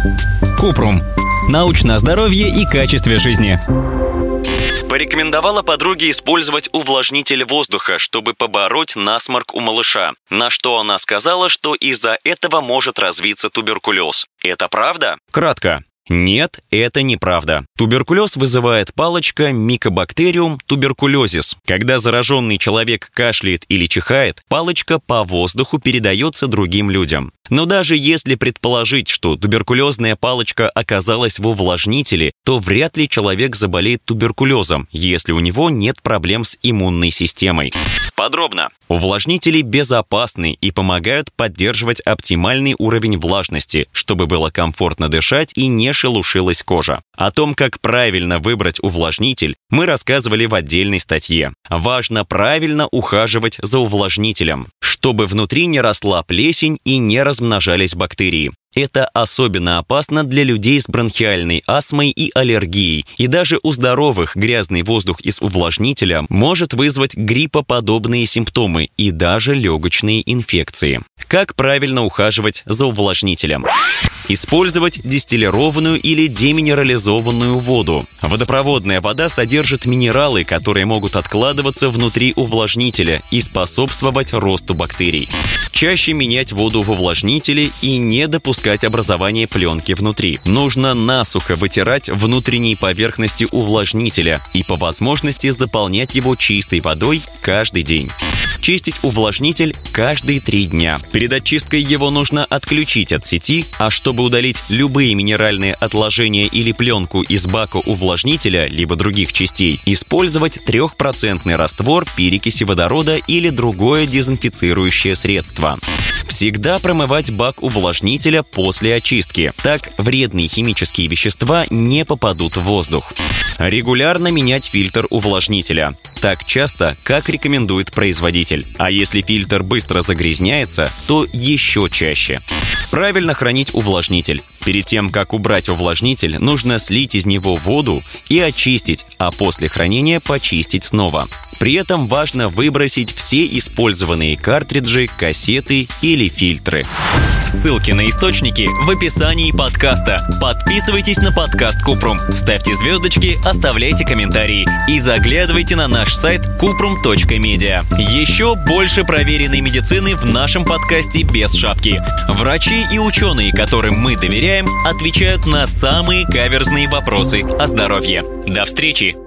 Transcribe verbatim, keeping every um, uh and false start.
Купрум. Научное здоровье и качестве жизни. Порекомендовала подруге использовать увлажнитель воздуха, чтобы побороть насморк у малыша. На что она сказала, что из-за этого может развиться туберкулез. Это правда? Кратко. Нет, это неправда. Туберкулез вызывает палочка Mycobacterium tuberculosis. Когда зараженный человек кашляет или чихает, палочка по воздуху передается другим людям. Но даже если предположить, что туберкулезная палочка оказалась в увлажнителе, то вряд ли человек заболеет туберкулезом, если у него нет проблем с иммунной системой. Подробно. Увлажнители безопасны и помогают поддерживать оптимальный уровень влажности, чтобы было комфортно дышать и не шелушилась кожа. О том, как правильно выбрать увлажнитель, мы рассказывали в отдельной статье. Важно правильно ухаживать за увлажнителем, чтобы внутри не росла плесень и не размножались бактерии. Это особенно опасно для людей с бронхиальной астмой и аллергией, и даже у здоровых грязный воздух из увлажнителя может вызвать гриппоподобные симптомы и даже легочные инфекции. Как правильно ухаживать за увлажнителем? Использовать дистиллированную или деминерализованную воду. Водопроводная вода содержит минералы, которые могут откладываться внутри увлажнителя и способствовать росту бактерий. Чаще менять воду в увлажнителе и не допускать образования пленки внутри. Нужно насухо вытирать внутренние поверхности увлажнителя и по возможности заполнять его чистой водой каждый день. Чистить увлажнитель каждые три дня. Перед очисткой его нужно отключить от сети, а чтобы удалить любые минеральные отложения или пленку из бака увлажнителя, либо других частей, использовать трехпроцентный раствор перекиси водорода или другое дезинфицирующее средство. Всегда промывать бак увлажнителя после очистки. Так вредные химические вещества не попадут в воздух. Регулярно менять фильтр увлажнителя. Так часто, как рекомендует производитель. А если фильтр быстро загрязняется, то еще чаще. Правильно хранить увлажнитель. Перед тем, как убрать увлажнитель, нужно слить из него воду и очистить, а после хранения почистить снова. При этом важно выбросить все использованные картриджи, кассеты или фильтры. Ссылки на источники в описании подкаста. Подписывайтесь на подкаст Купрум, ставьте звездочки, оставляйте комментарии и заглядывайте на наш сайт купрум точка медиа. Еще больше проверенной медицины в нашем подкасте без шапки. Врачи и ученые, которым мы доверяем, отвечают на самые каверзные вопросы о здоровье. До встречи!